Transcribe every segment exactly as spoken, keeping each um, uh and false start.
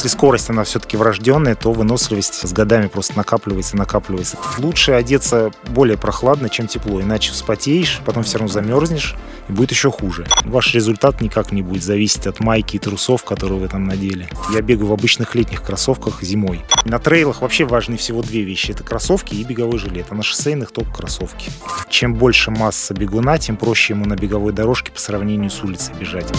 Если скорость, она все-таки врожденная, то выносливость с годами просто накапливается, накапливается. Лучше одеться более прохладно, чем тепло, иначе вспотеешь, потом все равно замерзнешь, и будет еще хуже. Ваш результат никак не будет зависеть от майки и трусов, которые вы там надели. Я бегаю в обычных летних кроссовках зимой. На трейлах вообще важны всего две вещи. Это кроссовки и беговой жилет, а на шоссейных только кроссовки. Чем больше масса бегуна, тем проще ему на беговой дорожке по сравнению с улицей бежать.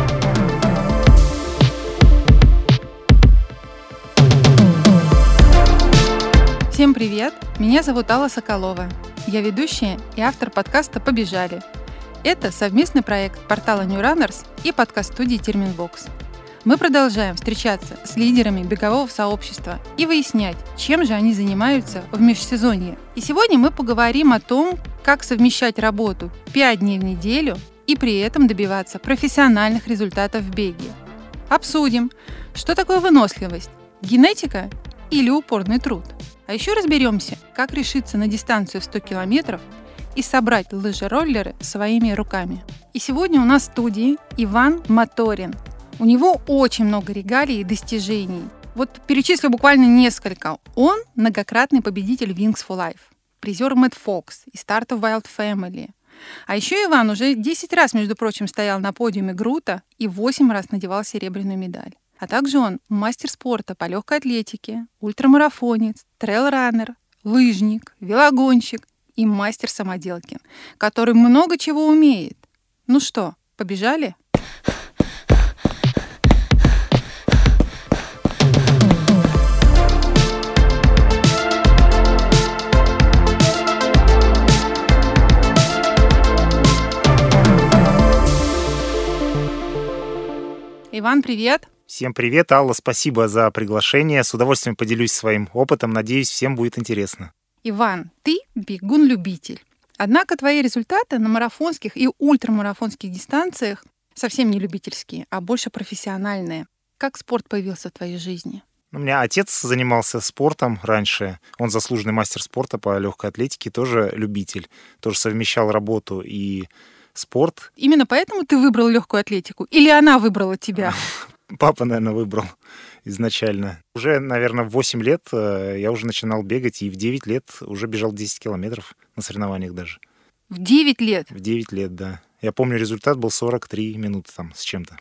Всем привет! Меня зовут Алла Соколова. Я ведущая и автор подкаста «Побежали». Это совместный проект портала New Runners и подкаст-студии Терминбокс. Мы продолжаем встречаться с лидерами бегового сообщества и выяснять, чем же они занимаются в межсезонье. И сегодня мы поговорим о том, как совмещать работу пять дней в неделю и при этом добиваться профессиональных результатов в беге. Обсудим, что такое выносливость, генетика или упорный труд. А еще разберемся, как решиться на дистанцию в сто километров и собрать лыжероллеры своими руками. И сегодня у нас в студии Иван Моторин. У него очень много регалий и достижений. Вот перечислю буквально несколько. Он многократный победитель Wings for Life, призер Mad Fox и стартов Wild Family. А еще Иван уже десять раз, между прочим, стоял на подиуме Грута и восемь раз надевал серебряную медаль. А также он мастер спорта по легкой атлетике, ультрамарафонец, трейл-раннер, лыжник, велогонщик и мастер самоделки, который много чего умеет. Ну что, побежали? Иван, привет! Всем привет, Алла, спасибо за приглашение. С удовольствием поделюсь своим опытом. Надеюсь, всем будет интересно. Иван, ты бегун-любитель. Однако твои результаты на марафонских и ультрамарафонских дистанциях совсем не любительские, а больше профессиональные. Как спорт появился в твоей жизни? У меня отец занимался спортом раньше. Он заслуженный мастер спорта по легкой атлетике, тоже любитель. Тоже совмещал работу и спорт. Именно поэтому ты выбрал легкую атлетику? Или она выбрала тебя? Папа, наверное, выбрал изначально. Уже, наверное, в восемь лет я уже начинал бегать, и в девять лет уже бежал десять километров на соревнованиях даже. В девять лет? В девять лет, да. Я помню, результат был сорок три минуты там с чем-то.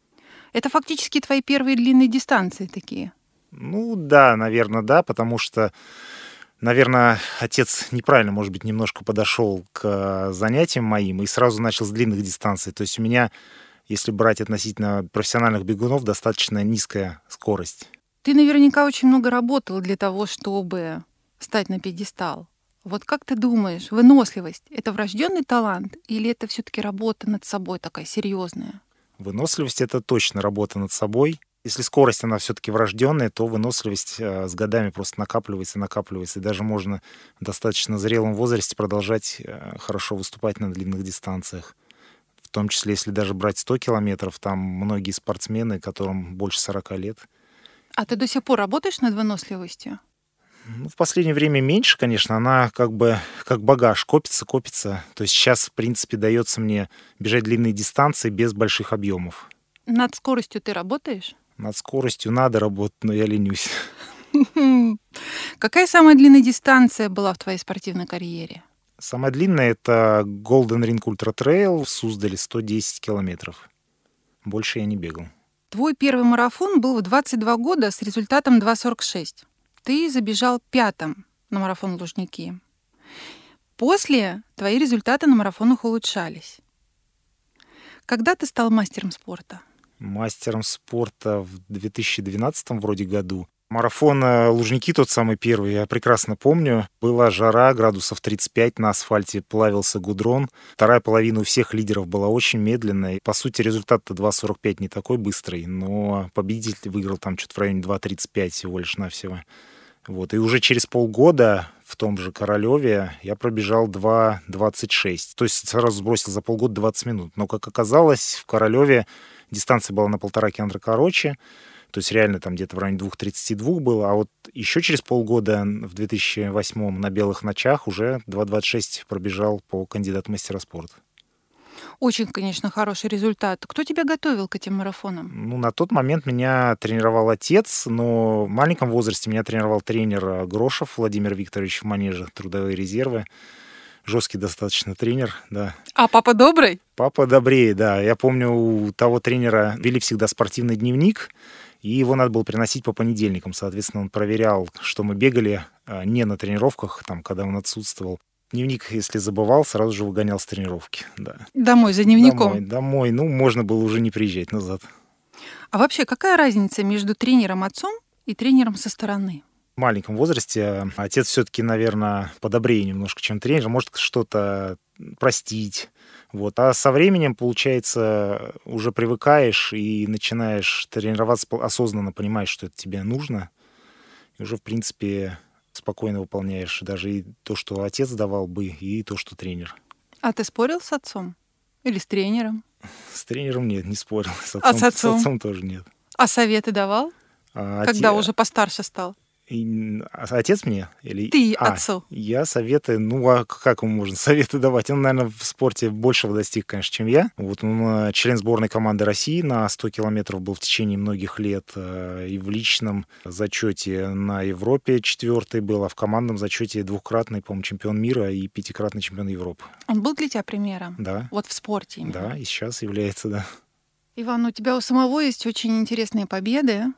Это фактически твои первые длинные дистанции такие? Ну да, наверное, да, потому что, наверное, отец неправильно, может быть, немножко подошел к занятиям моим и сразу начал с длинных дистанций. То есть у меня, если брать относительно профессиональных бегунов, достаточно низкая скорость. Ты наверняка очень много работал для того, чтобы встать на пьедестал. Вот как ты думаешь, выносливость — это врожденный талант или это все-таки работа над собой такая серьезная? Выносливость — это точно работа над собой. Если скорость, она все-таки врожденная, то выносливость с годами просто накапливается, накапливается. И даже можно в достаточно зрелом возрасте продолжать хорошо выступать на длинных дистанциях. В том числе, если даже брать сто километров, там многие спортсмены, которым больше сорока лет. А ты до сих пор работаешь над выносливостью? Ну, в последнее время меньше, конечно. Она как бы как багаж копится, копится. То есть сейчас, в принципе, дается мне бежать длинные дистанции без больших объемов. Над скоростью ты работаешь? Над скоростью надо работать, но я ленюсь. Какая самая длинная дистанция была в твоей спортивной карьере? Самая длинная — это Golden Ring Ultra Trail в Суздале, сто десять километров. Больше я не бегал. Твой первый марафон был в двадцать два года с результатом два сорок шесть. Ты забежал пятым на марафон Лужники. После твои результаты на марафонах улучшались. Когда ты стал мастером спорта? Мастером спорта в две тысячи двенадцатом вроде году. Марафон Лужники, тот самый первый, я прекрасно помню. Была жара, градусов тридцать пять, на асфальте плавился гудрон. Вторая половина у всех лидеров была очень медленная. По сути, результат-то два сорок пять не такой быстрый, но победитель выиграл там что-то в районе два тридцать пять всего лишь навсего. Вот. И уже через полгода в том же Королеве я пробежал два двадцать шесть. То есть сразу сбросил за полгода двадцать минут. Но, как оказалось, в Королеве дистанция была на полтора километра короче. То есть реально там где-то в районе два тридцать два было. А вот еще через полгода, в две тысячи восьмом, на Белых ночах уже два двадцать шесть пробежал по кандидату мастера спорта. Очень, конечно, хороший результат. Кто тебя готовил к этим марафонам? Ну, на тот момент меня тренировал отец, но в маленьком возрасте меня тренировал тренер Грошев Владимир Викторович в манеже «Трудовые резервы». Жесткий достаточно тренер, да. А папа добрый? Папа добрее, да. Я помню, у того тренера вели всегда спортивный дневник, и его надо было приносить по понедельникам. Соответственно, он проверял, что мы бегали не на тренировках, там, когда он отсутствовал. Дневник, если забывал, сразу же выгонял с тренировки. Да. Домой за дневником? Домой, домой. Ну, можно было уже не приезжать назад. А вообще, какая разница между тренером-отцом и тренером со стороны? В маленьком возрасте отец все-таки, наверное, подобрее немножко, чем тренер. Может что-то простить. Вот. А со временем, получается, уже привыкаешь и начинаешь тренироваться осознанно, понимаешь, что это тебе нужно. И уже, в принципе, спокойно выполняешь даже и то, что отец давал бы, и то, что тренер. А ты спорил с отцом? Или с тренером? С тренером нет, не спорил. С отцом, а с отцом? С отцом тоже нет. А советы давал? А, когда оте... уже постарше стал? И... Отец мне? Или... Ты а, отцу. Я советы... Ну, а как ему можно советы давать? Он, наверное, в спорте большего достиг, конечно, чем я. Вот он член сборной команды России на сто километров был в течение многих лет. И в личном зачете на Европе четвертый был, а в командном зачете двукратный, по-моему, чемпион мира и пятикратный чемпион Европы. Он был для тебя примером? Да. Вот в спорте именно? Да, и сейчас является, да. Иван, у тебя у самого есть очень интересные победы,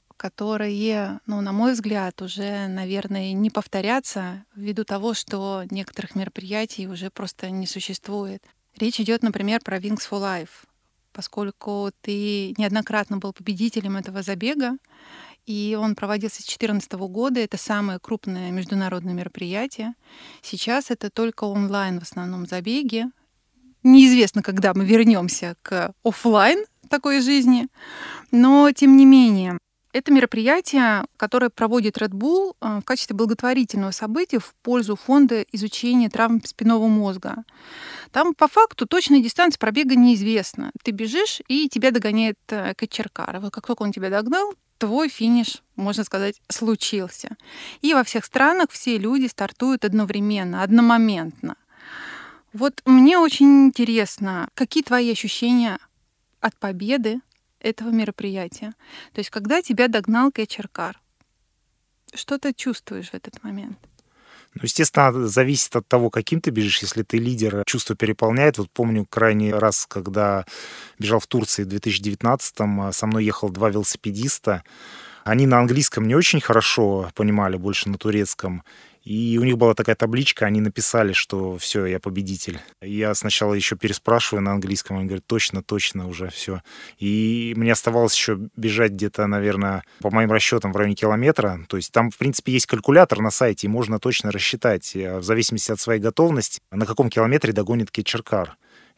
которые, ну, на мой взгляд, уже, наверное, не повторятся ввиду того, что некоторых мероприятий уже просто не существует. Речь идет, например, про Wings for Life, поскольку ты неоднократно был победителем этого забега, и он проводился с две тысячи четырнадцатого года. Это самое крупное международное мероприятие. Сейчас это только онлайн в основном забеги. Неизвестно, когда мы вернемся к офлайн такой жизни, но тем не менее. Это мероприятие, которое проводит Red Bull в качестве благотворительного события в пользу фонда изучения травм спинного мозга. Там по факту точная дистанция пробега неизвестна. Ты бежишь, и тебя догоняет кэчер-кар. Вот как только он тебя догнал, твой финиш, можно сказать, случился. И во всех странах все люди стартуют одновременно, одномоментно. Вот мне очень интересно, какие твои ощущения от победы этого мероприятия. То есть, когда тебя догнал кэчер-кар, что ты чувствуешь в этот момент? Ну, естественно, зависит от того, каким ты бежишь. Если ты лидер, чувство переполняет. Вот помню крайний раз, когда бежал в Турции в две тысячи девятнадцатом, со мной ехал два велосипедиста. Они на английском не очень хорошо понимали, больше на турецком. И у них была такая табличка, они написали, что все, я победитель. Я сначала еще переспрашиваю на английском, они говорят, точно, точно, уже все. И мне оставалось еще бежать где-то, наверное, по моим расчетам, в районе километра. То есть там, в принципе, есть калькулятор на сайте, и можно точно рассчитать, в зависимости от своей готовности, на каком километре догонит кэчер-кар.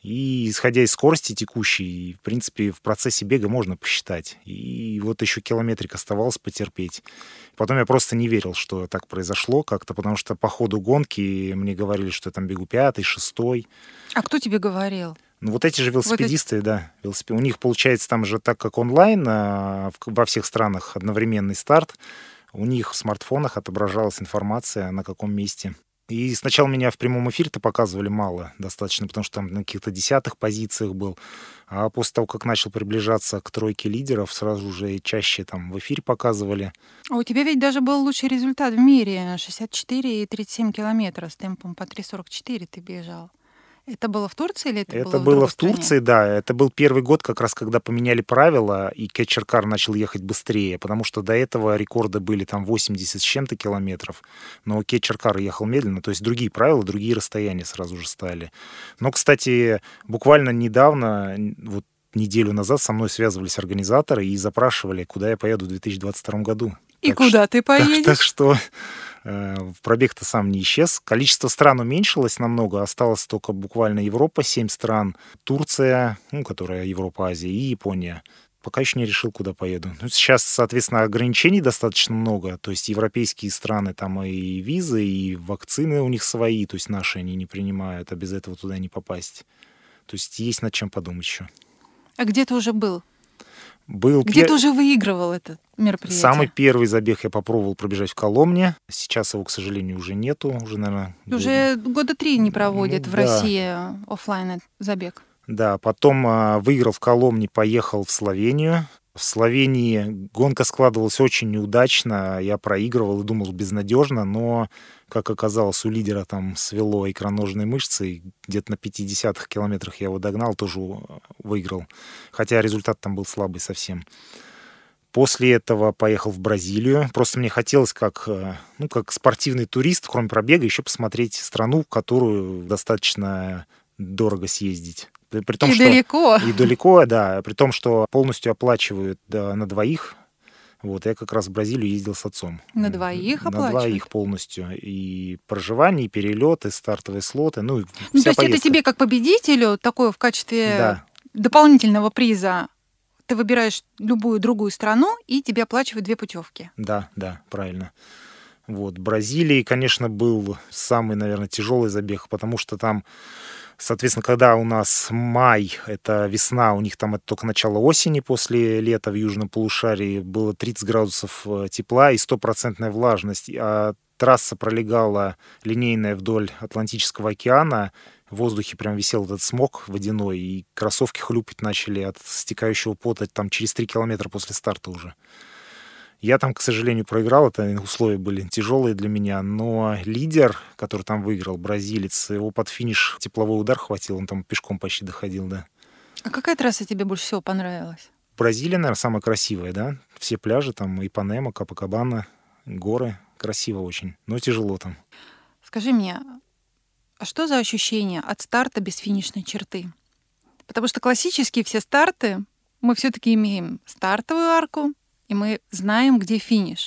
И исходя из скорости текущей, в принципе, в процессе бега можно посчитать. И вот еще километрик оставалось потерпеть. Потом я просто не верил, что так произошло как-то, потому что по ходу гонки мне говорили, что я там бегу пятый, шестой. А кто тебе говорил? Ну, вот эти же велосипедисты, вот эти... да. Велосипед... У них, получается, там же так как онлайн, а во всех странах одновременный старт, у них в смартфонах отображалась информация, на каком месте. И сначала меня в прямом эфире-то показывали мало достаточно, потому что там на каких-то десятых позициях был. А после того, как начал приближаться к тройке лидеров, сразу же чаще там в эфире показывали. А у тебя ведь даже был лучший результат в мире. шестьдесят четыре и тридцать семь километра с темпом по три сорок четыре ты бежал. Это было в Турции или это, это было в было в другой Турции, стране? Да. Это был первый год, как раз когда поменяли правила, и кэчер-кар начал ехать быстрее, потому что до этого рекорды были там восемьдесят с чем-то километров, но кэчер-кар ехал медленно, то есть другие правила, другие расстояния сразу же стали. Но, кстати, буквально недавно, вот неделю назад со мной связывались организаторы и запрашивали, куда я поеду в две тысячи двадцать втором году. И так куда ш... ты поедешь? Так, так что э, пробег-то сам не исчез. Количество стран уменьшилось намного. Осталось только буквально Европа, семь стран, Турция, ну, которая Европа, Азия, и Япония. Пока еще не решил, куда поеду. Ну, сейчас, соответственно, ограничений достаточно много. То есть европейские страны, там и визы, и вакцины у них свои. То есть наши они не принимают, а без этого туда не попасть. То есть есть над чем подумать еще. А где ты уже был? Был Где пер... ты уже выигрывал это мероприятие? Самый первый забег я попробовал пробежать в Коломне. Сейчас его, к сожалению, уже нету. Уже, наверное, уже года, года три не проводят ну, в да. России офлайн забег. Да, потом а, выиграл в Коломне, поехал в Словению. В Словении гонка складывалась очень неудачно. Я проигрывал и думал безнадежно, но, как оказалось, у лидера там свело икроножные мышцы. И где-то на пятидесятых километрах я его догнал, тоже выиграл. Хотя результат там был слабый совсем. После этого поехал в Бразилию. Просто мне хотелось, как, ну, как спортивный турист, кроме пробега, еще посмотреть страну, в которую достаточно дорого съездить. При том, и что... далеко. И далеко, да. При том, что полностью оплачивают, да, на двоих. Вот, я как раз в Бразилию ездил с отцом. На двоих На оплачивают? На двоих полностью. И проживание, и перелеты, и стартовые слоты. Ну, и ну вся то есть поездка. Это тебе как победителю такое в качестве да. дополнительного приза? Ты выбираешь любую другую страну, и тебе оплачивают две путевки. Да, да, правильно. Вот. Бразилии, конечно, был самый, наверное, тяжелый забег, потому что там, соответственно, когда у нас май, это весна, у них там это только начало осени после лета в южном полушарии, было тридцать градусов тепла и стопроцентная влажность, а трасса пролегала линейная вдоль Атлантического океана, в воздухе прям висел этот смог водяной, и кроссовки хлюпать начали от стекающего пота там через три километра после старта уже. Я там, к сожалению, проиграл, это условия были тяжелые для меня, но лидер, который там выиграл, бразилец, его под финиш тепловой удар хватил, он там пешком почти доходил, да. А какая трасса тебе больше всего понравилась? Бразилия, наверное, самая красивая, да. Все пляжи, там Ипанема, Копакабана, горы, красиво очень, но тяжело там. Скажи мне, а что за ощущение от старта без финишной черты? Потому что классические все старты, мы все-таки имеем стартовую арку, и мы знаем, где финиш.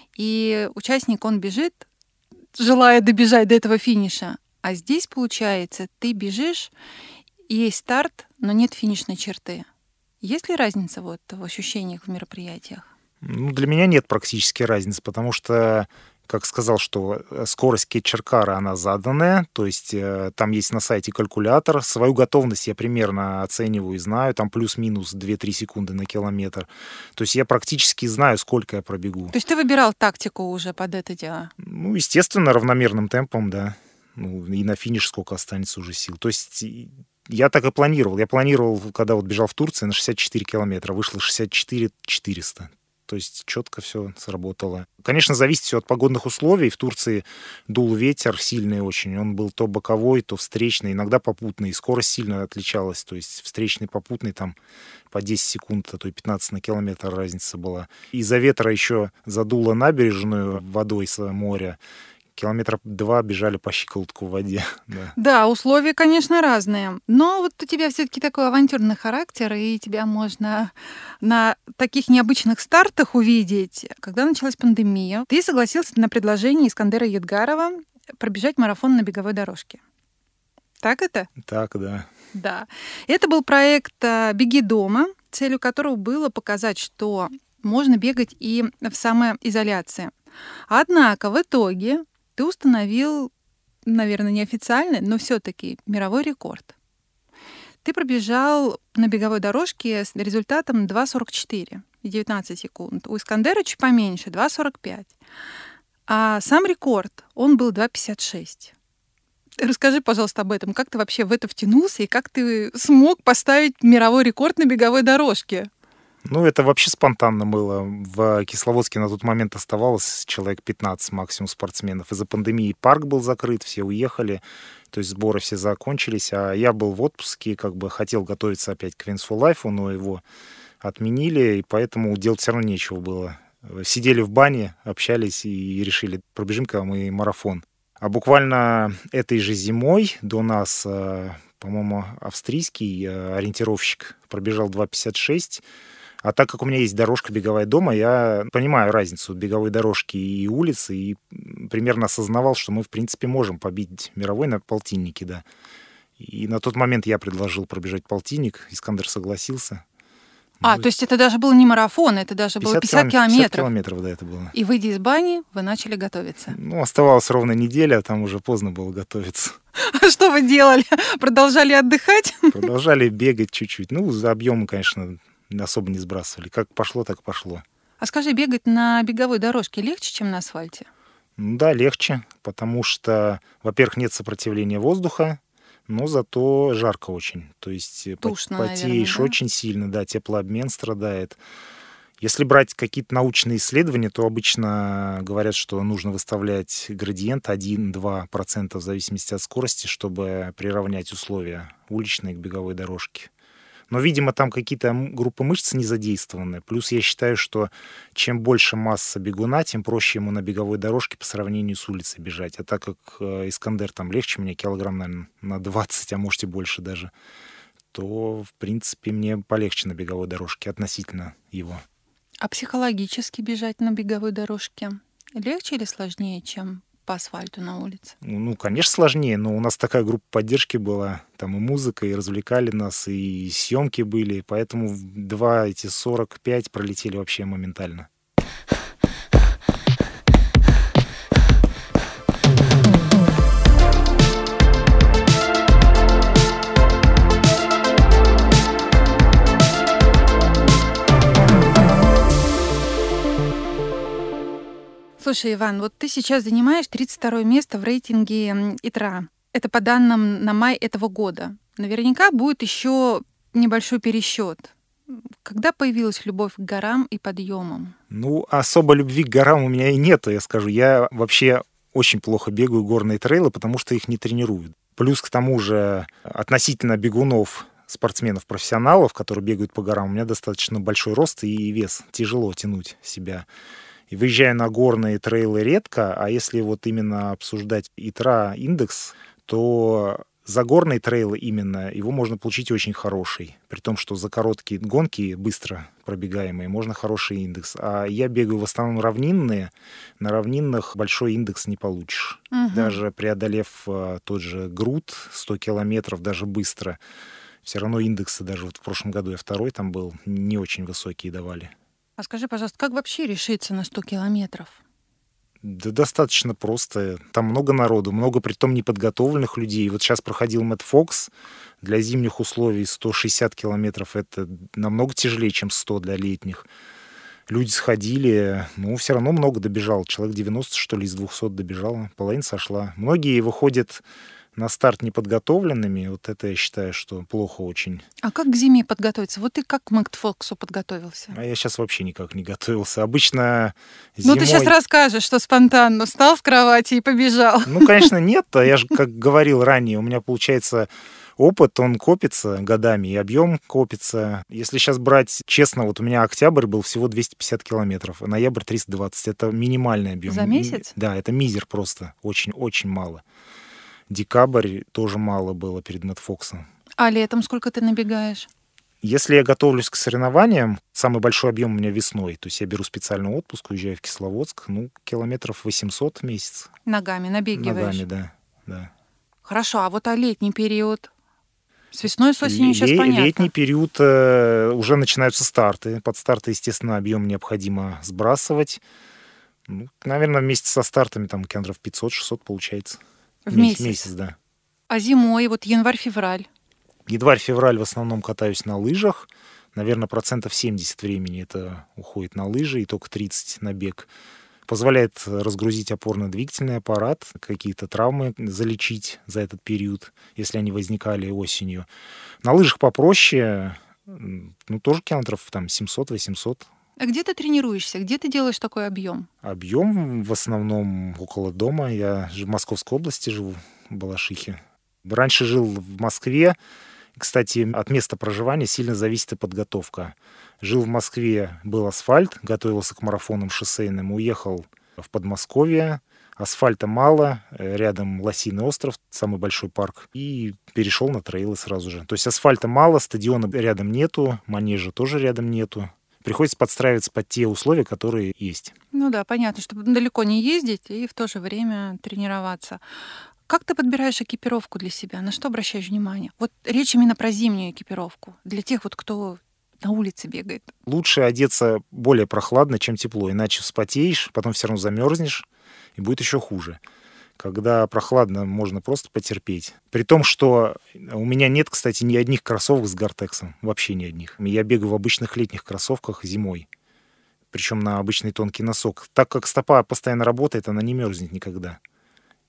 И участник, он бежит, желая добежать до этого финиша. А здесь, получается, ты бежишь, есть старт, но нет финишной черты. Есть ли разница вот в ощущениях в мероприятиях? Ну, для меня нет практически разницы, потому что, как сказал, что скорость кетчеркара, она заданная, то есть э, там есть на сайте калькулятор. Свою готовность я примерно оцениваю и знаю, там плюс-минус две-три секунды на километр. То есть я практически знаю, сколько я пробегу. То есть ты выбирал тактику уже под это дело? Ну, естественно, равномерным темпом, да. Ну, и на финиш сколько останется уже сил. То есть я так и планировал. Я планировал, когда вот бежал в Турции, на шестьдесят четыре километра, вышло шестьдесят четыре четыреста. То есть четко все сработало. Конечно, зависит все от погодных условий. В Турции дул ветер сильный очень. Он был то боковой, то встречный, иногда попутный. И скорость сильно отличалась. То есть встречный, попутный там по десять секунд, а то и пятнадцать на километр разница была. Из-за ветра еще задуло набережную водой с моря. Километра два бежали по щиколотку в воде. Да. да, условия, конечно, разные. Но вот у тебя все-таки такой авантюрный характер, и тебя можно на таких необычных стартах увидеть. Когда началась пандемия, ты согласился на предложение Искандера Едгарова пробежать марафон на беговой дорожке. Так это? Так, да. Да. Это был проект «Беги дома», целью которого было показать, что можно бегать и в самоизоляции. Однако в итоге ты установил, наверное, неофициальный, но все-таки мировой рекорд. Ты пробежал на беговой дорожке с результатом два сорок четыре и девятнадцать секунд. У Искандера чуть поменьше, два сорок пять. А сам рекорд, он был два пятьдесят шесть. Расскажи, пожалуйста, об этом. Как ты вообще в это втянулся и как ты смог поставить мировой рекорд на беговой дорожке? Ну, это вообще спонтанно было. В Кисловодске на тот момент оставалось человек пятнадцать максимум спортсменов. Из-за пандемии парк был закрыт, все уехали, то есть сборы все закончились, а я был в отпуске, как бы хотел готовиться опять к Wings for Life, но его отменили, и поэтому делать все равно нечего было. Сидели в бане, общались и решили, пробежим-ка мы марафон. А буквально этой же зимой до нас, по-моему, австрийский ориентировщик пробежал два пятьдесят шесть. А так как у меня есть дорожка беговая дома, я понимаю разницу беговой дорожки и улицы, и примерно осознавал, что мы, в принципе, можем побить мировой на полтиннике, да. И на тот момент я предложил пробежать полтинник, Искандер согласился. А, ну, то есть это даже был не марафон, это даже было пятьдесят километров. пятьдесят километров, да, это было. И выйдя из бани, вы начали готовиться. Ну, оставалась ровно неделя, а там уже поздно было готовиться. А что вы делали? Продолжали отдыхать? Продолжали бегать чуть-чуть. Ну, за объемы, конечно, особо не сбрасывали. Как пошло, так пошло. А скажи, бегать на беговой дорожке легче, чем на асфальте? Ну, да, легче, потому что, во-первых, нет сопротивления воздуха, но зато жарко очень. То есть Тушно, потеешь, наверное, да? очень сильно, да, теплообмен страдает. Если брать какие-то научные исследования, то обычно говорят, что нужно выставлять градиент один-два процента в зависимости от скорости, чтобы приравнять условия уличной к беговой дорожке. Но, видимо, там какие-то группы мышц не задействованы. Плюс я считаю, что чем больше масса бегуна, тем проще ему на беговой дорожке по сравнению с улицей бежать. А так как э, Искандер там легче меня килограмм, наверное, на двадцать, а может и больше даже, то, в принципе, мне полегче на беговой дорожке относительно его. А психологически бежать на беговой дорожке легче или сложнее, чем по асфальту на улице? Ну, конечно, сложнее, но у нас такая группа поддержки была. Там и музыка, и развлекали нас, и съемки были. Поэтому два эти сорок пять пролетели вообще моментально. Слушай, Иван, вот ты сейчас занимаешь тридцать второе место в рейтинге м, ИТРА. Это по данным на май этого года. Наверняка будет еще небольшой пересчет. Когда появилась любовь к горам и подъемам? Ну, особо любви к горам у меня и нет, я скажу. Я вообще очень плохо бегаю горные трейлы, потому что их не тренируют. Плюс к тому же относительно бегунов, спортсменов-профессионалов, которые бегают по горам, у меня достаточно большой рост и вес. Тяжело тянуть себя. И выезжаю на горные трейлы редко, а если вот именно обсуждать ИТРА индекс, то за горные трейлы именно его можно получить очень хороший. При том, что за короткие гонки, быстро пробегаемые, можно хороший индекс. А я бегаю в основном равнинные. На равнинных большой индекс не получишь. Мгм. Даже преодолев а, тот же Груд, сто километров, даже быстро, все равно индексы, даже вот в прошлом году я второй там был, не очень высокие давали. А скажи, пожалуйста, как вообще решиться на сто километров? Да достаточно просто. Там много народу, много притом неподготовленных людей. Вот сейчас проходил Мэтт Фокс. Для зимних условий сто шестьдесят километров — это намного тяжелее, чем сто для летних. Люди сходили, ну, все равно много добежал. Человек девяносто, что ли, из двухсот добежало. Половина сошла. Многие выходят на старт неподготовленными. Вот это я считаю, что плохо очень. А как к зиме подготовиться? Вот ты как к Мэтт Фоксу подготовился? А я сейчас вообще никак не готовился. Обычно Ну, зимой... ты сейчас расскажешь, что спонтанно встал в кровати и побежал. Ну, конечно, нет. А я же, как говорил ранее, у меня, получается, опыт, он копится годами, и объем копится. Если сейчас брать честно, вот у меня октябрь был всего двести пятьдесят километров, а ноябрь триста двадцать. Это минимальный объем. За месяц? Да, это мизер просто. Очень-очень мало. Декабрь тоже мало было перед Мэтт Фоксом. А летом сколько ты набегаешь? Если я готовлюсь к соревнованиям, самый большой объем у меня весной. То есть я беру специальный отпуск, уезжаю в Кисловодск, ну, километров восемьсот в месяц. Ногами набегиваешь? Ногами, да, да. Хорошо, а вот а летний период? С весной, с осенью сейчас Ле- понятно. Летний период э, уже начинаются старты. Под старты, естественно, объем необходимо сбрасывать. Ну, наверное, вместе со стартами там километров пятьсот-шестьсот получается. В Месяц, месяц? месяц, да. А зимой, вот январь-февраль? Январь-февраль в основном катаюсь на лыжах. Наверное, процентов семьдесят времени это уходит на лыжи, и только тридцать на бег. Позволяет разгрузить опорно-двигательный аппарат, какие-то травмы залечить за этот период, если они возникали осенью. На лыжах попроще, ну, тоже километров там семьсот-восемьсот. А где ты тренируешься? Где ты делаешь такой объем? Объем в основном около дома. Я же в Московской области живу, в Балашихе. Раньше жил в Москве. Кстати, от места проживания сильно зависит и подготовка. Жил в Москве, был асфальт, готовился к марафонам шоссейным, уехал в Подмосковье. Асфальта мало, рядом Лосиный остров, самый большой парк, и перешел на трейлы сразу же. То есть асфальта мало, стадиона рядом нету, манежа тоже рядом нету. Приходится подстраиваться под те условия, которые есть. Ну да, понятно, чтобы далеко не ездить и в то же время тренироваться. Как ты подбираешь экипировку для себя? На что обращаешь внимание? Вот речь именно про зимнюю экипировку. Для тех, вот, кто на улице бегает. Лучше одеться более прохладно, чем тепло, иначе вспотеешь, потом все равно замерзнешь, и будет еще хуже. Когда прохладно, можно просто потерпеть. При том, что у меня нет, кстати, ни одних кроссовок с Гортексом. Вообще ни одних. Я бегаю в обычных летних кроссовках зимой. Причем на обычный тонкий носок. Так как стопа постоянно работает, она не мерзнет никогда.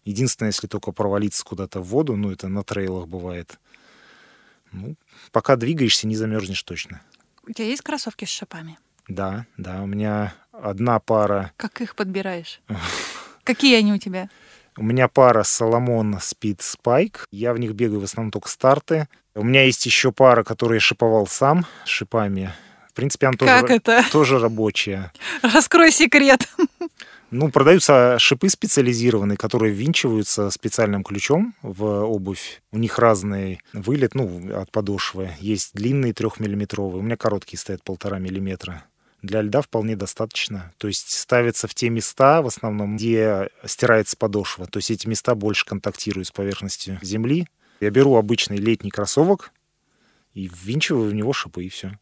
Единственное, если только провалиться куда-то в воду, ну, это на трейлах бывает. Ну, пока двигаешься, не замерзнешь точно. У тебя есть кроссовки с шипами? Да, да, у меня одна пара... Как их подбираешь? Какие они у тебя? У меня пара Salomon Speed Spike. Я в них бегаю в основном только старты. У меня есть еще пара, которую я шиповал сам с шипами. В принципе, она Как тоже, это? тоже рабочая. Раскрой секрет. Ну, продаются шипы специализированные, которые ввинчиваются специальным ключом в обувь. У них разный вылет, ну, от подошвы. Есть длинные трехмиллиметровые, у меня короткие стоят полтора миллиметра. Для льда вполне достаточно. То есть ставятся в те места, в основном, где стирается подошва. То есть эти места больше контактируют с поверхностью земли. Я беру обычный летний кроссовок и ввинчиваю в него шипы, и все.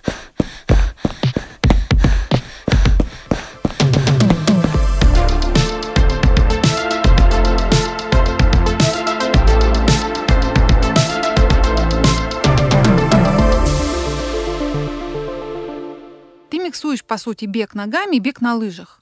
Миксуешь, по сути, бег ногами и бег на лыжах?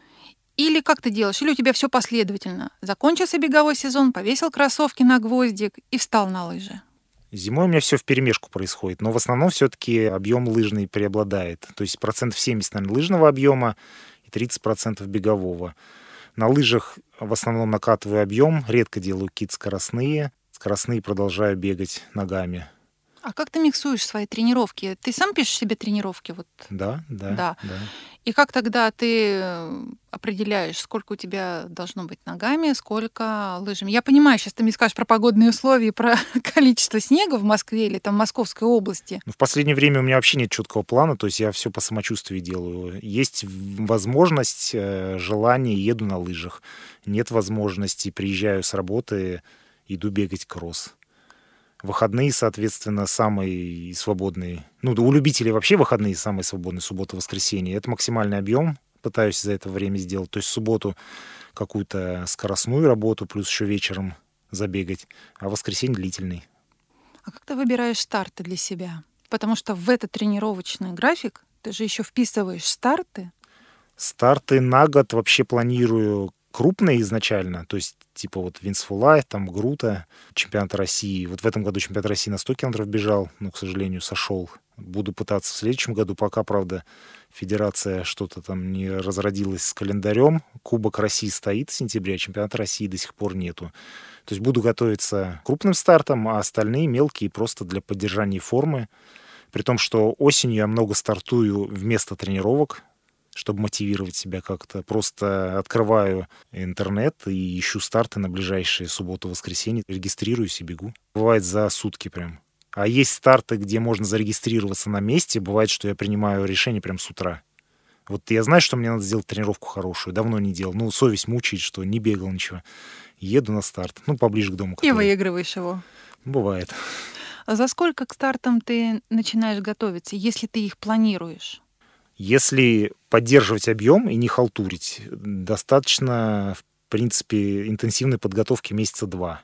Или как ты делаешь? Или у тебя все последовательно? Закончился беговой сезон, повесил кроссовки на гвоздик и встал на лыжи? Зимой у меня все вперемешку происходит, но в основном все-таки объем лыжный преобладает. То есть процентов семьдесят, наверное, лыжного объема и тридцать процентов бегового. На лыжах в основном накатываю объем, редко делаю какие-то скоростные. Скоростные продолжаю бегать ногами. А как ты миксуешь свои тренировки? Ты сам пишешь себе тренировки? Вот. Да, да, Да. да. И как тогда ты определяешь, сколько у тебя должно быть ногами, сколько лыжами? Я понимаю, сейчас ты мне скажешь про погодные условия, про количество снега в Москве или там в Московской области. Ну, в последнее время у меня вообще нет четкого плана, то есть я все по самочувствию делаю. Есть возможность, желание, еду на лыжах. Нет возможности, приезжаю с работы, иду бегать кросс. Выходные, соответственно, самые свободные. Ну, у любителей вообще выходные самые свободные, суббота, воскресенье. Это максимальный объем, пытаюсь за это время сделать. То есть в субботу какую-то скоростную работу, плюс еще вечером забегать, а в воскресенье длительный. А как ты выбираешь старты для себя? Потому что в этот тренировочный график ты же еще вписываешь старты. Старты на год вообще планирую крупные изначально, то есть типа вот Винсфулай, там Грута, чемпионат России. Вот в этом году чемпионат России на сто километров бежал, но, к сожалению, сошел. Буду пытаться в следующем году, пока, правда, федерация что-то там не разродилась с календарем. Кубок России стоит в сентябре, а чемпионата России до сих пор нету. То есть буду готовиться к крупным стартам, а остальные мелкие просто для поддержания формы. При том, что осенью я много стартую вместо тренировок, чтобы мотивировать себя как-то. Просто открываю интернет и ищу старты на ближайшие субботу-воскресенье, регистрируюсь и бегу. Бывает за сутки прям. А есть старты, где можно зарегистрироваться на месте. Бывает, что я принимаю решение прям с утра. Вот я знаю, что мне надо сделать тренировку хорошую. Давно не делал. Ну, совесть мучает, что не бегал ничего. Еду на старт. Ну, поближе к дому. И выигрываешь его. Бывает. А за сколько к стартам ты начинаешь готовиться, если ты их планируешь? Если поддерживать объем и не халтурить, достаточно, в принципе, интенсивной подготовки месяца два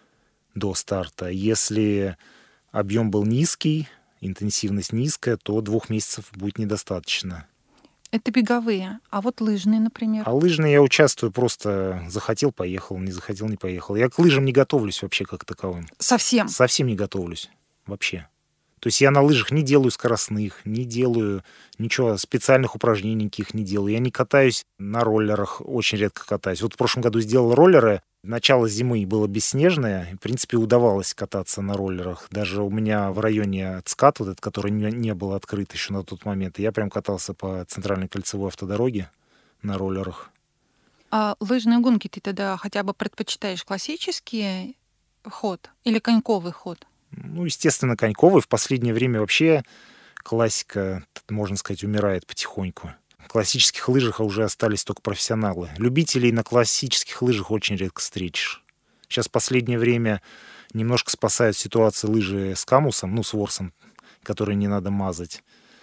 до старта. Если объем был низкий, интенсивность низкая, то двух месяцев будет недостаточно. Это беговые. А вот лыжные, например? А лыжные я участвую просто захотел — поехал, не захотел — не поехал. Я к лыжам не готовлюсь вообще как таковым. Совсем? Совсем не готовлюсь. Вообще. То есть я на лыжах не делаю скоростных, не делаю ничего, специальных упражнений никаких не делаю. Я не катаюсь на роллерах, очень редко катаюсь. Вот в прошлом году сделал роллеры. Начало зимы было бесснежное. В принципе, удавалось кататься на роллерах. Даже у меня в районе ЦКАД, вот этот, который не, не был открыт еще на тот момент, я прям катался по центральной кольцевой автодороге на роллерах. А лыжные гонки ты тогда хотя бы предпочитаешь классический ход или коньковый ход? Ну, естественно, коньковый. В последнее время вообще классика, можно сказать, умирает потихоньку. В классических лыжах уже остались только профессионалы. Любителей на классических лыжах очень редко встретишь. Сейчас в последнее время немножко спасают ситуацию лыжи с камусом, ну, с ворсом, которые не надо мазать.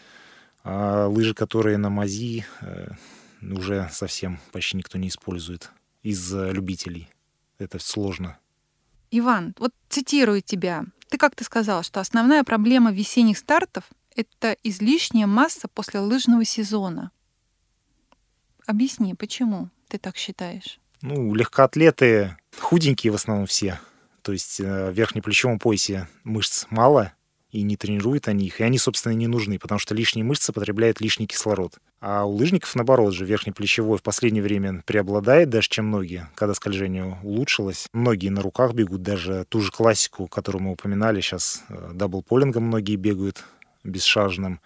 А лыжи, которые на мази, уже совсем почти никто не использует из любителей. Это сложно. Иван, вот цитирую тебя. Ты как-то сказал, что основная проблема весенних стартов — это излишняя масса после лыжного сезона. Объясни, почему ты так считаешь? Ну, легкоатлеты худенькие в основном все. То есть в верхнеплечевом поясе мышц мало, и не тренируют они их, и они, собственно, и не нужны, потому что лишние мышцы потребляют лишний кислород. А у лыжников, наоборот же, верхнеплечевой в последнее время преобладает даже, чем ноги, когда скольжение улучшилось. Многие на руках бегут, даже ту же классику, которую мы упоминали, сейчас даблполингом многие бегают бесшажным.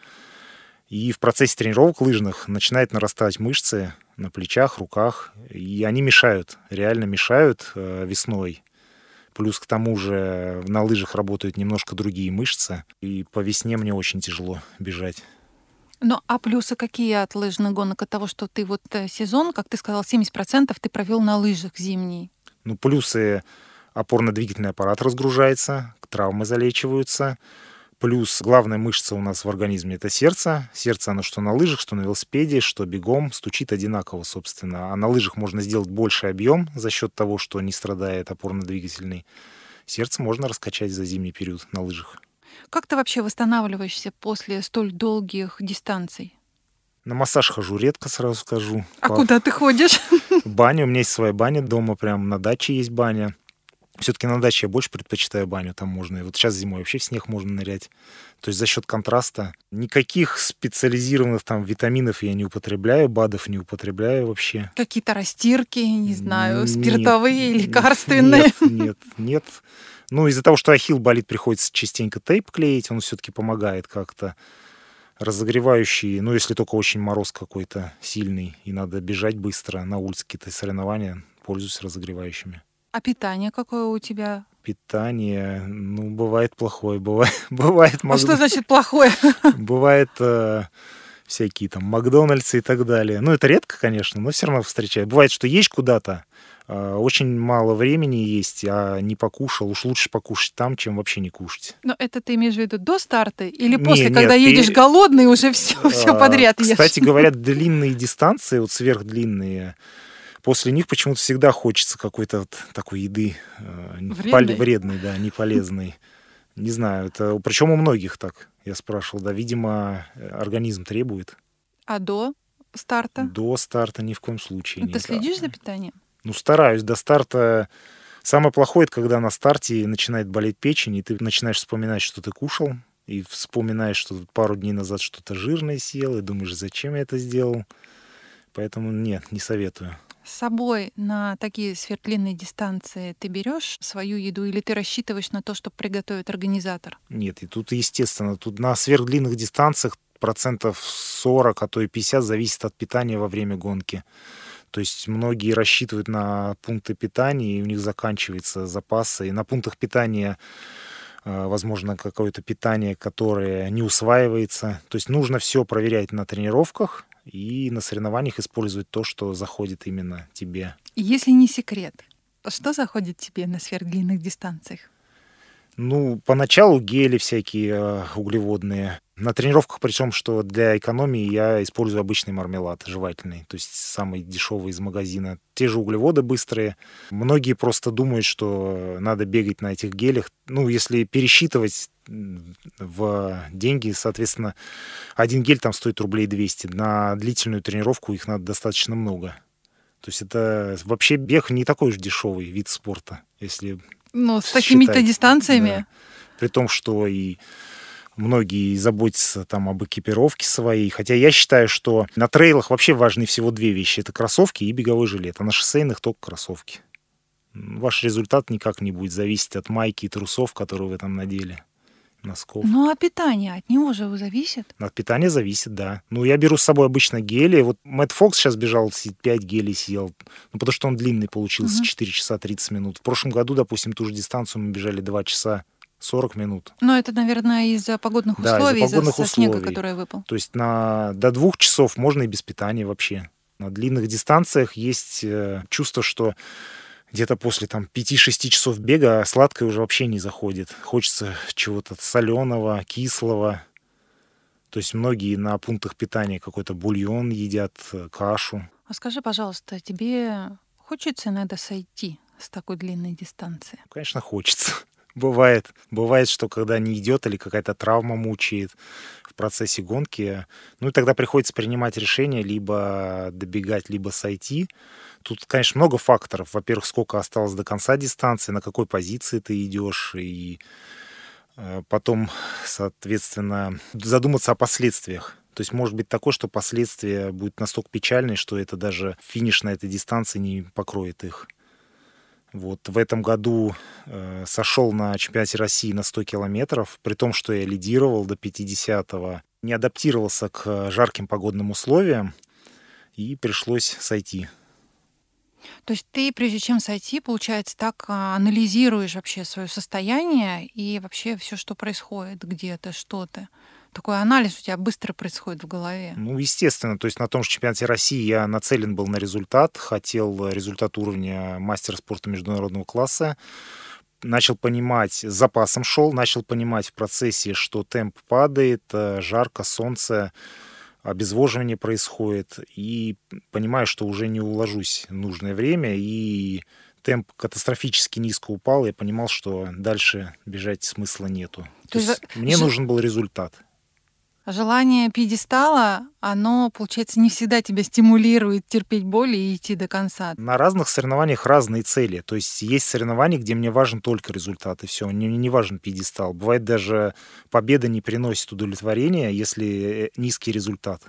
И в процессе тренировок лыжных начинают нарастать мышцы на плечах, руках, и они мешают, реально мешают весной. Плюс к тому же на лыжах работают немножко другие мышцы, и по весне мне очень тяжело бежать. Ну, а плюсы какие от лыжных гонок? От того, что ты вот сезон, как ты сказал, семьдесят процентов ты провел на лыжах зимней. Ну, плюсы: опорно-двигательный аппарат разгружается, травмы залечиваются. Плюс главная мышца у нас в организме — это сердце. Сердце, оно что на лыжах, что на велосипеде, что бегом, стучит одинаково, собственно. А на лыжах можно сделать больший объем за счет того, что не страдает опорно-двигательный. Сердце можно раскачать за зимний период на лыжах. Как ты вообще восстанавливаешься после столь долгих дистанций? На массаж хожу редко, сразу скажу. А По... куда ты ходишь? Баня. У меня есть своя баня дома, прям на даче есть баня. Все-таки на даче я больше предпочитаю баню, там можно. И вот сейчас зимой вообще в снег можно нырять. То есть за счет контраста. Никаких специализированных там витаминов я не употребляю, БАДов не употребляю вообще. Какие-то растирки, не знаю, спиртовые, нет, лекарственные? Нет, нет, нет. Ну, из-за того, что ахилл болит, приходится частенько тейп клеить, он все-таки помогает как-то. Разогревающий, ну, если только очень мороз какой-то сильный, и надо бежать быстро на улице, какие-то соревнования, пользуюсь разогревающими. А питание какое у тебя? Питание, ну, бывает плохое, бывает... бывает а что значит плохое? Бывает э, всякие там Макдональдсы и так далее. Ну, это редко, конечно, но все равно встречаю. Бывает, что едешь куда-то, э, очень мало времени есть, а не покушал. Уж лучше покушать там, чем вообще не кушать. Но это ты имеешь в виду до старта или после, не, когда нет, едешь и... голодный, уже все, а, все подряд ешь? Кстати говоря, длинные дистанции, вот сверхдлинные, после них почему-то всегда хочется какой-то вот такой еды вредной, вредной, да, неполезной. Не знаю, это причем у многих так, я спрашивал, да, видимо, организм требует. А до старта? До старта ни в коем случае Ты нет. следишь за питанием? Ну, стараюсь. До старта самое плохое — это когда на старте начинает болеть печень, и ты начинаешь вспоминать, что ты кушал, и вспоминаешь, что пару дней назад что-то жирное съел, и думаешь, зачем я это сделал. Поэтому нет, не советую. С собой на такие сверхдлинные дистанции ты берешь свою еду или ты рассчитываешь на то, что приготовит организатор? Нет, и тут, естественно, тут на сверхдлинных дистанциях процентов сорок, а то и пятьдесят зависит от питания во время гонки. То есть многие рассчитывают на пункты питания, и у них заканчиваются запасы. И на пунктах питания, возможно, какое-то питание, которое не усваивается. То есть нужно все проверять на тренировках, и на соревнованиях использовать то, что заходит именно тебе. Если не секрет, что заходит тебе на сверхдлинных дистанциях? Ну, поначалу гели всякие э, углеводные. На тренировках, причем, что для экономии я использую обычный мармелад жевательный, то есть самый дешевый из магазина. Те же углеводы быстрые. Многие просто думают, что надо бегать на этих гелях. Ну, если пересчитывать в деньги, соответственно, один гель там стоит рублей двести. На длительную тренировку их надо достаточно много. То есть это вообще бег не такой уж дешевый вид спорта, если... Ну, с такими-то дистанциями. Да. При том, что и многие заботятся там об экипировке своей. Хотя я считаю, что на трейлах вообще важны всего две вещи. Это кроссовки и беговой жилет. А на шоссейных только кроссовки. Ваш результат никак не будет зависеть от майки и трусов, которые вы там надели. Носков. Ну, а питание от него же зависит? От питания зависит, да. Ну, я беру с собой обычно гели. Вот Мэтт Фокс сейчас бежал, пять гелей съел. Ну, потому что он длинный получился, угу. четыре часа тридцать минут. В прошлом году, допустим, ту же дистанцию мы бежали два часа сорок минут. Ну, это, наверное, из-за погодных да, условий, из-за, погодных из-за условий. снега, который выпал. То есть на, до двух часов можно и без питания вообще. На длинных дистанциях есть э, чувство, что где-то после там пяти-шести часов бега сладкое уже вообще не заходит. Хочется чего-то соленого, кислого. То есть многие на пунктах питания какой-то бульон едят, кашу. А скажи, пожалуйста, тебе хочется иногда сойти с такой длинной дистанции? Конечно, хочется. Бывает. Бывает, что когда не идет или какая-то травма мучает в процессе гонки, ну и тогда приходится принимать решение либо добегать, либо сойти. Тут, конечно, много факторов. Во-первых, сколько осталось до конца дистанции, на какой позиции ты идешь, и потом, соответственно, задуматься о последствиях. То есть может быть такое, что последствия будут настолько печальные, что это даже финиш на этой дистанции не покроет их. Вот. В этом году э, сошел на чемпионате России на сто километров, при том, что я лидировал до пятидесятого, не адаптировался к жарким погодным условиям, и пришлось сойти. То есть ты, прежде чем сойти, получается, так анализируешь вообще свое состояние и вообще все, что происходит где-то, что-то. Такой анализ у тебя быстро происходит в голове. Ну, естественно. То есть на том же чемпионате России я нацелен был на результат, хотел результат уровня мастера спорта международного класса. Начал понимать, с запасом шел, начал понимать в процессе, что темп падает, жарко, солнце, обезвоживание происходит, и понимаю, что уже не уложусь в нужное время, и темп катастрофически низко упал, я понимал, что дальше бежать смысла нету. То, То есть мне ж... нужен был результат. Желание пьедестала, оно, получается, не всегда тебя стимулирует терпеть боль и идти до конца. На разных соревнованиях разные цели. То есть есть соревнования, где мне важен только результат, и все, мне не важен пьедестал. Бывает, даже победа не приносит удовлетворения, если низкий результат.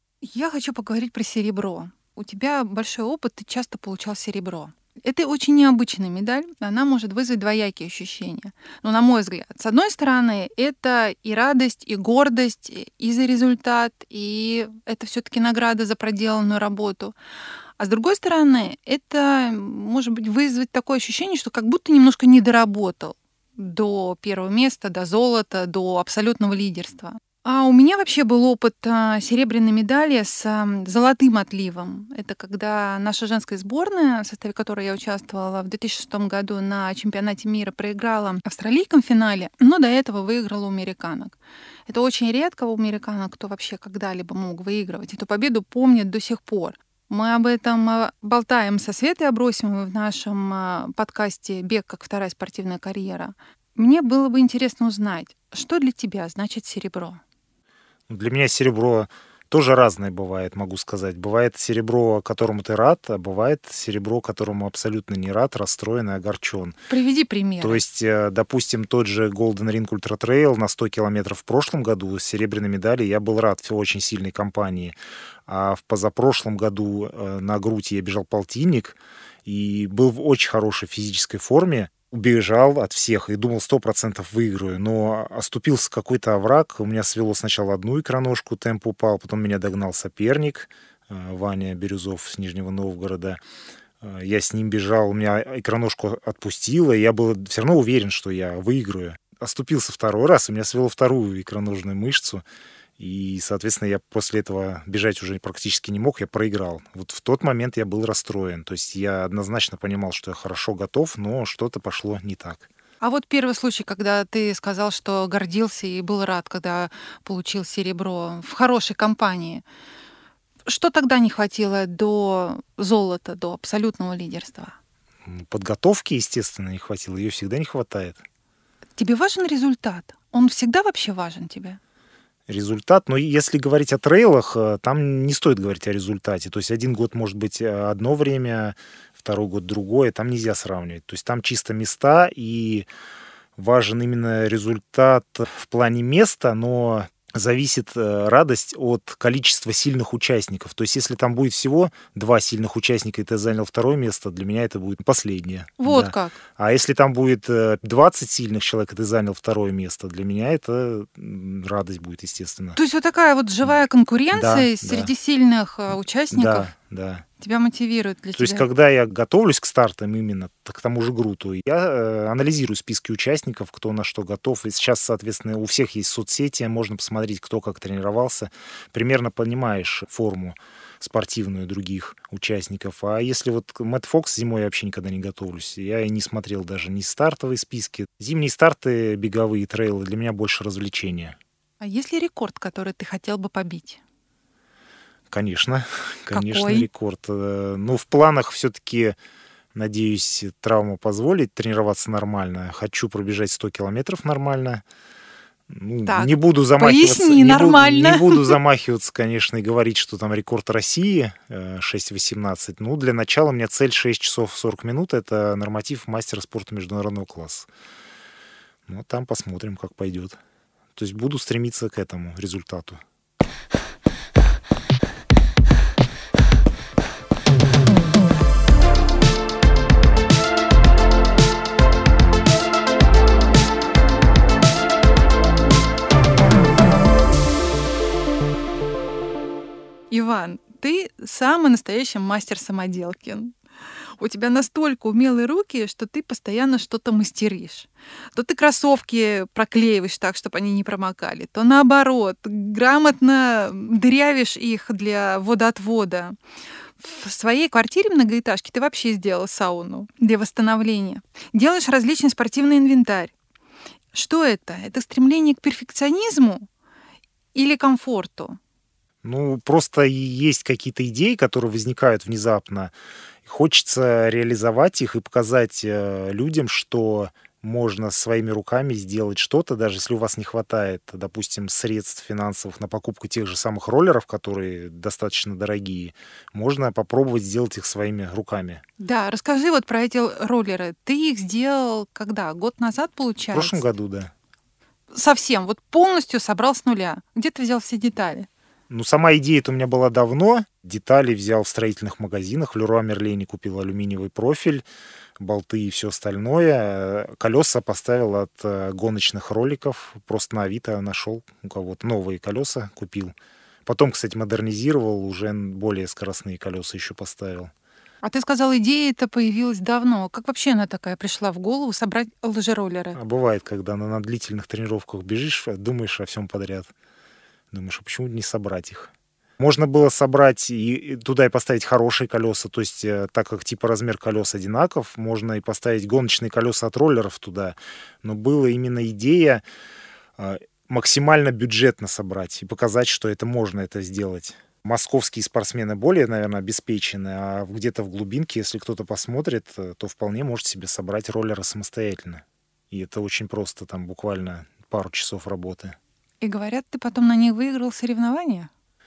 Я хочу поговорить про серебро. У тебя большой опыт, ты часто получал серебро. Это очень необычная медаль, она может вызвать двоякие ощущения. Но, на мой взгляд, с одной стороны, это и радость, и гордость, и за результат, и это все-таки награда за проделанную работу. А с другой стороны, это может быть вызвать такое ощущение, что как будто немножко не доработал до первого места, до золота, до абсолютного лидерства. А у меня вообще был опыт а, серебряной медали с а, золотым отливом. Это когда наша женская сборная, в составе которой я участвовала в две тысячи шестом году на чемпионате мира, проиграла австралийкам в финале, но до этого выиграла у американок. Это очень редко у американок, кто вообще когда-либо мог выигрывать. Эту победу помнят до сих пор. Мы об этом болтаем со Светой Абросимовой в нашем подкасте «Бег как вторая спортивная карьера». Мне было бы интересно узнать, что для тебя значит серебро? Для меня серебро тоже разное бывает, могу сказать. Бывает серебро, которому ты рад, а бывает серебро, которому абсолютно не рад, расстроен и огорчен. Приведи пример. То есть, допустим, тот же Golden Ring Ultra Trail на сто километров в прошлом году с серебряной медалью я был рад в очень сильной компании. А в позапрошлом году на грудь я бежал полтинник и был в очень хорошей физической форме. Убежал от всех и думал, сто процентов выиграю, но оступился какой-то овраг, у меня свело сначала одну икроножку, темп упал, потом меня догнал соперник, Ваня Бирюзов с Нижнего Новгорода. Я с ним бежал, у меня икроножку отпустило, и я был все равно уверен, что я выиграю. Оступился второй раз, у меня свело вторую икроножную мышцу, и, соответственно, я после этого бежать уже практически не мог, я проиграл. Вот в тот момент я был расстроен. То есть я однозначно понимал, что я хорошо готов, но что-то пошло не так. А вот первый случай, когда ты сказал, что гордился и был рад, когда получил серебро в хорошей компании. Что тогда не хватило до золота, до абсолютного лидерства? Подготовки, естественно, не хватило. Ее всегда не хватает. Тебе важен результат? Он всегда вообще важен тебе? Результат, но если говорить о трейлах, там не стоит говорить о результате. То есть один год может быть одно время, второй год другое, там нельзя сравнивать. То есть там чисто места, и важен именно результат в плане места, но зависит радость от количества сильных участников. То есть если там будет всего два сильных участника, и ты занял второе место, для меня это будет последнее. Вот да. как. А если там будет двадцать сильных человек, и ты занял второе место, для меня это радость будет, естественно. То есть вот такая вот живая конкуренция да, среди да. сильных участников? Да, да. Тебя мотивирует для То тебя? есть, когда я готовлюсь к стартам именно, к тому же груту, я э, анализирую списки участников, кто на что готов. И сейчас, соответственно, у всех есть соцсети, можно посмотреть, кто как тренировался. Примерно понимаешь форму спортивную других участников. А если вот Мэтт Фокс, зимой я вообще никогда не готовлюсь. Я и не смотрел даже ни стартовые списки. Зимние старты, беговые трейлы для меня больше развлечения. А есть ли рекорд, который ты хотел бы побить? Конечно, конечно, Какой? рекорд. Ну, в планах все-таки, надеюсь, травма позволит тренироваться нормально. Хочу пробежать сто километров нормально. Ну, Так, не буду замахиваться, поясни не нормально. Буду, не буду замахиваться, конечно, и говорить, что там рекорд России э, шесть восемнадцать. Ну, для начала у меня цель шесть часов сорок минут. Это норматив мастера спорта международного класса. Ну, там посмотрим, как пойдет. То есть буду стремиться к этому результату. Иван, ты самый настоящий мастер самоделки. У тебя настолько умелые руки, что ты постоянно что-то мастеришь. То ты кроссовки проклеиваешь так, чтобы они не промокали, то наоборот, грамотно дырявишь их для водоотвода. В своей квартире многоэтажки ты вообще сделала сауну для восстановления. Делаешь различный спортивный инвентарь. Что это? Это стремление к перфекционизму или комфорту? Ну, просто есть какие-то идеи, которые возникают внезапно. Хочется реализовать их и показать э, людям, что можно своими руками сделать что-то, даже если у вас не хватает, допустим, средств финансовых на покупку тех же самых роллеров, которые достаточно дорогие, можно попробовать сделать их своими руками. Да, расскажи вот про эти роллеры. Ты их сделал когда? Год назад, В получается? прошлом году, да. Совсем, вот полностью собрал с нуля. Где ты взял все детали? Ну, сама идея-то у меня была давно. Детали взял в строительных магазинах. В Леруа Мерлене купил алюминиевый профиль, болты и все остальное. Колеса поставил от э, гоночных роликов. Просто на Авито нашел у кого-то новые колеса, купил. Потом, кстати, модернизировал, уже более скоростные колеса еще поставил. А ты сказал, идея-то появилась давно. Как вообще она такая пришла в голову собрать лыжероллеры? А бывает, когда на, на длительных тренировках бежишь, думаешь о всем подряд. Думаешь, а почему не собрать их? Можно было собрать и туда и поставить хорошие колеса, то есть так как типа размер колес одинаков, можно и поставить гоночные колеса от роллеров туда. Но была именно идея максимально бюджетно собрать и показать, что это можно это сделать. Московские спортсмены более, наверное, обеспечены, а где-то в глубинке, если кто-то посмотрит, то вполне может себе собрать роллеры самостоятельно. И это очень просто, там буквально пару часов работы. И говорят, ты потом на них выиграл соревнования?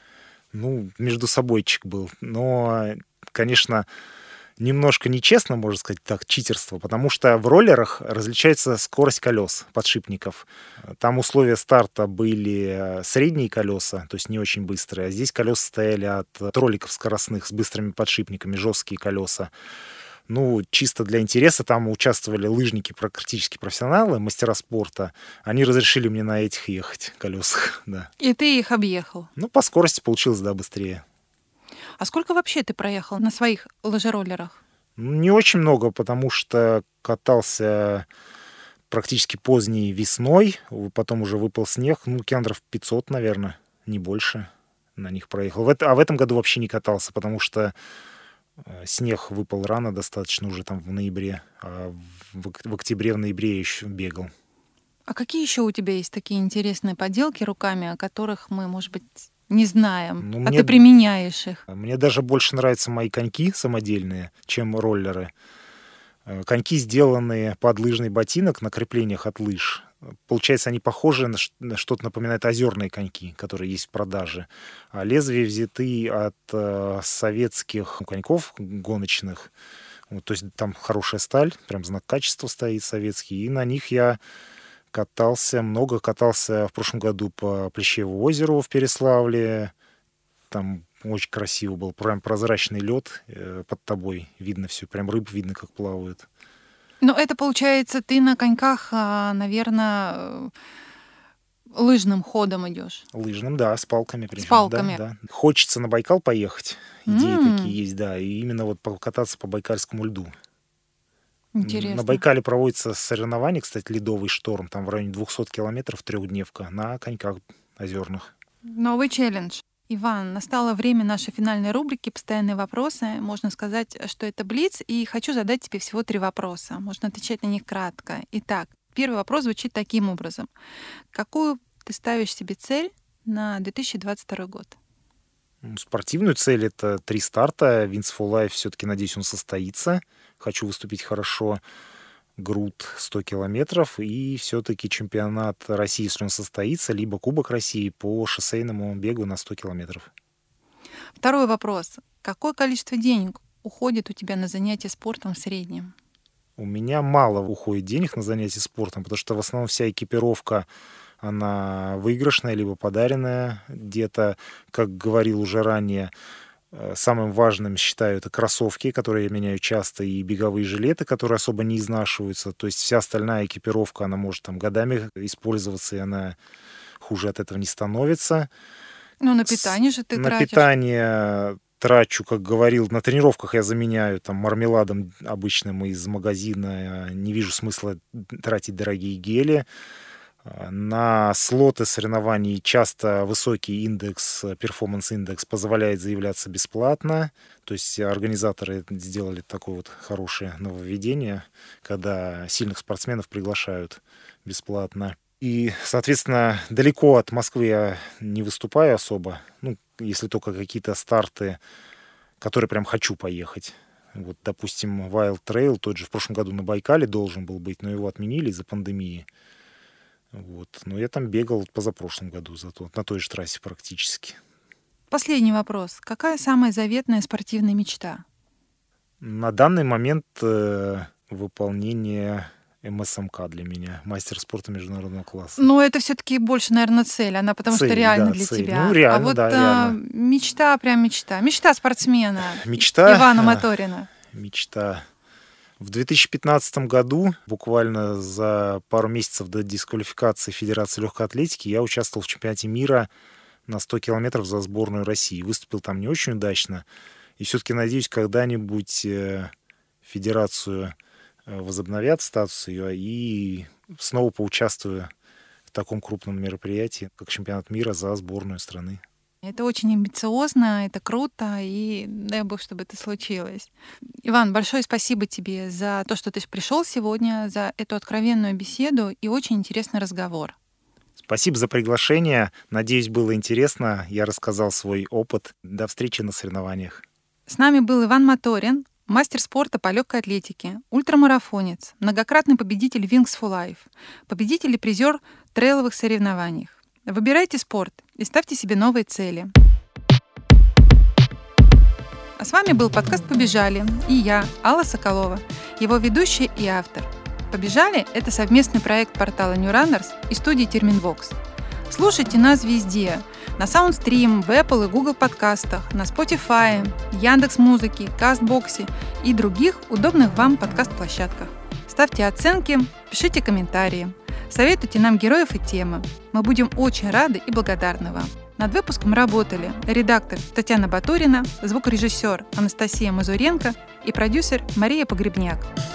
Ну, между собойчик был. Но, конечно, немножко нечестно, можно сказать так, читерство, потому что в роллерах различается скорость колес, подшипников. Там условия старта были средние колеса, то есть не очень быстрые, а здесь колеса стояли от роликов скоростных с быстрыми подшипниками, жесткие колеса. Ну, чисто для интереса, там участвовали лыжники, практически профессионалы, мастера спорта. Они разрешили мне на этих ехать колесах, да. И ты их объехал? Ну, по скорости получилось, да, быстрее. А сколько вообще ты проехал на своих лыжероллерах? Не очень много, потому что катался практически поздней весной, потом уже выпал снег, ну, километров пятьсот, наверное, не больше на них проехал. А в этом году вообще не катался, потому что снег выпал рано достаточно, уже там в ноябре, а в октябре, в ноябре я еще бегал. А какие еще у тебя есть такие интересные поделки руками, о которых мы, может быть, не знаем, ну, а мне, ты применяешь их? Мне даже больше нравятся мои коньки самодельные, чем роллеры. Коньки, сделанные под лыжный ботинок на креплениях от лыж. Получается, они похожи на что-то напоминает озерные коньки, которые есть в продаже. А лезвия взяты от э, советских коньков гоночных. Вот, то есть там хорошая сталь, прям знак качества стоит советский. И на них я катался, много катался в прошлом году по Плещееву озеру в Переславле. Там очень красиво был, прям прозрачный лед э, под тобой. Видно все, прям рыб видно, как плавают. Ну, это, получается, ты на коньках, наверное, лыжным ходом идешь. Лыжным, да, с палками. Причем, с палками. Да, да. Хочется на Байкал поехать. Идеи Mm. такие есть, да. И именно вот покататься по байкальскому льду. Интересно. На Байкале проводится соревнование, кстати, ледовый шторм. Там в районе двести километров трехдневка на коньках озерных. Новый челлендж. Иван, настало время нашей финальной рубрики «Постоянные вопросы». Можно сказать, что это блиц, и хочу задать тебе всего три вопроса. Можно отвечать на них кратко. Итак, первый вопрос звучит таким образом. Какую ты ставишь себе цель на две тысячи двадцать второй год? Спортивную цель — это три старта. Wings for Life все-таки, надеюсь, он состоится. Хочу выступить хорошо. груд сто километров и все-таки чемпионат России, если он состоится, либо Кубок России по шоссейному бегу на сто километров. Второй вопрос. Какое количество денег уходит у тебя на занятия спортом в среднем? У меня мало уходит денег на занятия спортом, потому что в основном вся экипировка, она выигрышная, либо подаренная. Где-то, как говорил уже ранее, самым важным считаю это кроссовки, которые я меняю часто, и беговые жилеты, которые особо не изнашиваются. То есть вся остальная экипировка, она может там годами использоваться, и она хуже от этого не становится. Ну, на питание же ты на тратишь. На питание трачу, как говорил, на тренировках я заменяю там мармеладом обычным из магазина. Не вижу смысла тратить дорогие гели. На слоты соревнований часто высокий индекс, перформанс-индекс позволяет заявляться бесплатно. То есть организаторы сделали такое вот хорошее нововведение, когда сильных спортсменов приглашают бесплатно. И, соответственно, далеко от Москвы я не выступаю особо. Ну, если только какие-то старты, которые прям хочу поехать. Вот, допустим, Wild Trail, тот же в прошлом году на Байкале должен был быть, но его отменили из-за пандемии. Вот. Но я там бегал позапрошлом году зато, на той же трассе практически. Последний вопрос. Какая самая заветная спортивная мечта? На данный момент э, выполнение эм эс эм ка для меня, мастер спорта международного класса. Ну, это все-таки больше, наверное, цель, она потому цель, что реально да, для цель. тебя. Ну, реально, а вот да, а, реально. мечта, прям мечта. Мечта спортсмена. Мечта Ивана Моторина. Мечта. В две тысячи пятнадцатом году, буквально за пару месяцев до дисквалификации Федерации легкой атлетики, я участвовал в чемпионате мира на сто километров за сборную России. Выступил там не очень удачно. И все-таки надеюсь, когда-нибудь федерацию возобновят статус ее и снова поучаствую в таком крупном мероприятии, как чемпионат мира за сборную страны. Это очень амбициозно, это круто, и дай бог, чтобы это случилось. Иван, большое спасибо тебе за то, что ты пришел сегодня, за эту откровенную беседу и очень интересный разговор. Спасибо за приглашение. Надеюсь, было интересно. Я рассказал свой опыт. До встречи на соревнованиях. С нами был Иван Моторин, мастер спорта по легкой атлетике, ультрамарафонец, многократный победитель Wings for Life, победитель и призер трейловых соревнований. Выбирайте спорт и ставьте себе новые цели. А с вами был подкаст «Побежали» и я, Алла Соколова, его ведущая и автор. «Побежали» — это совместный проект портала New Runners и студии Терминвокс. Слушайте нас везде — на Soundstream, в Apple и Google подкастах, на Spotify, Яндекс.Музыке, Кастбоксе и других удобных вам подкаст-площадках. Ставьте оценки, пишите комментарии, советуйте нам героев и темы. Мы будем очень рады и благодарны вам. Над выпуском работали редактор Татьяна Батурина, звукорежиссер Анастасия Мазуренко и продюсер Мария Погребняк.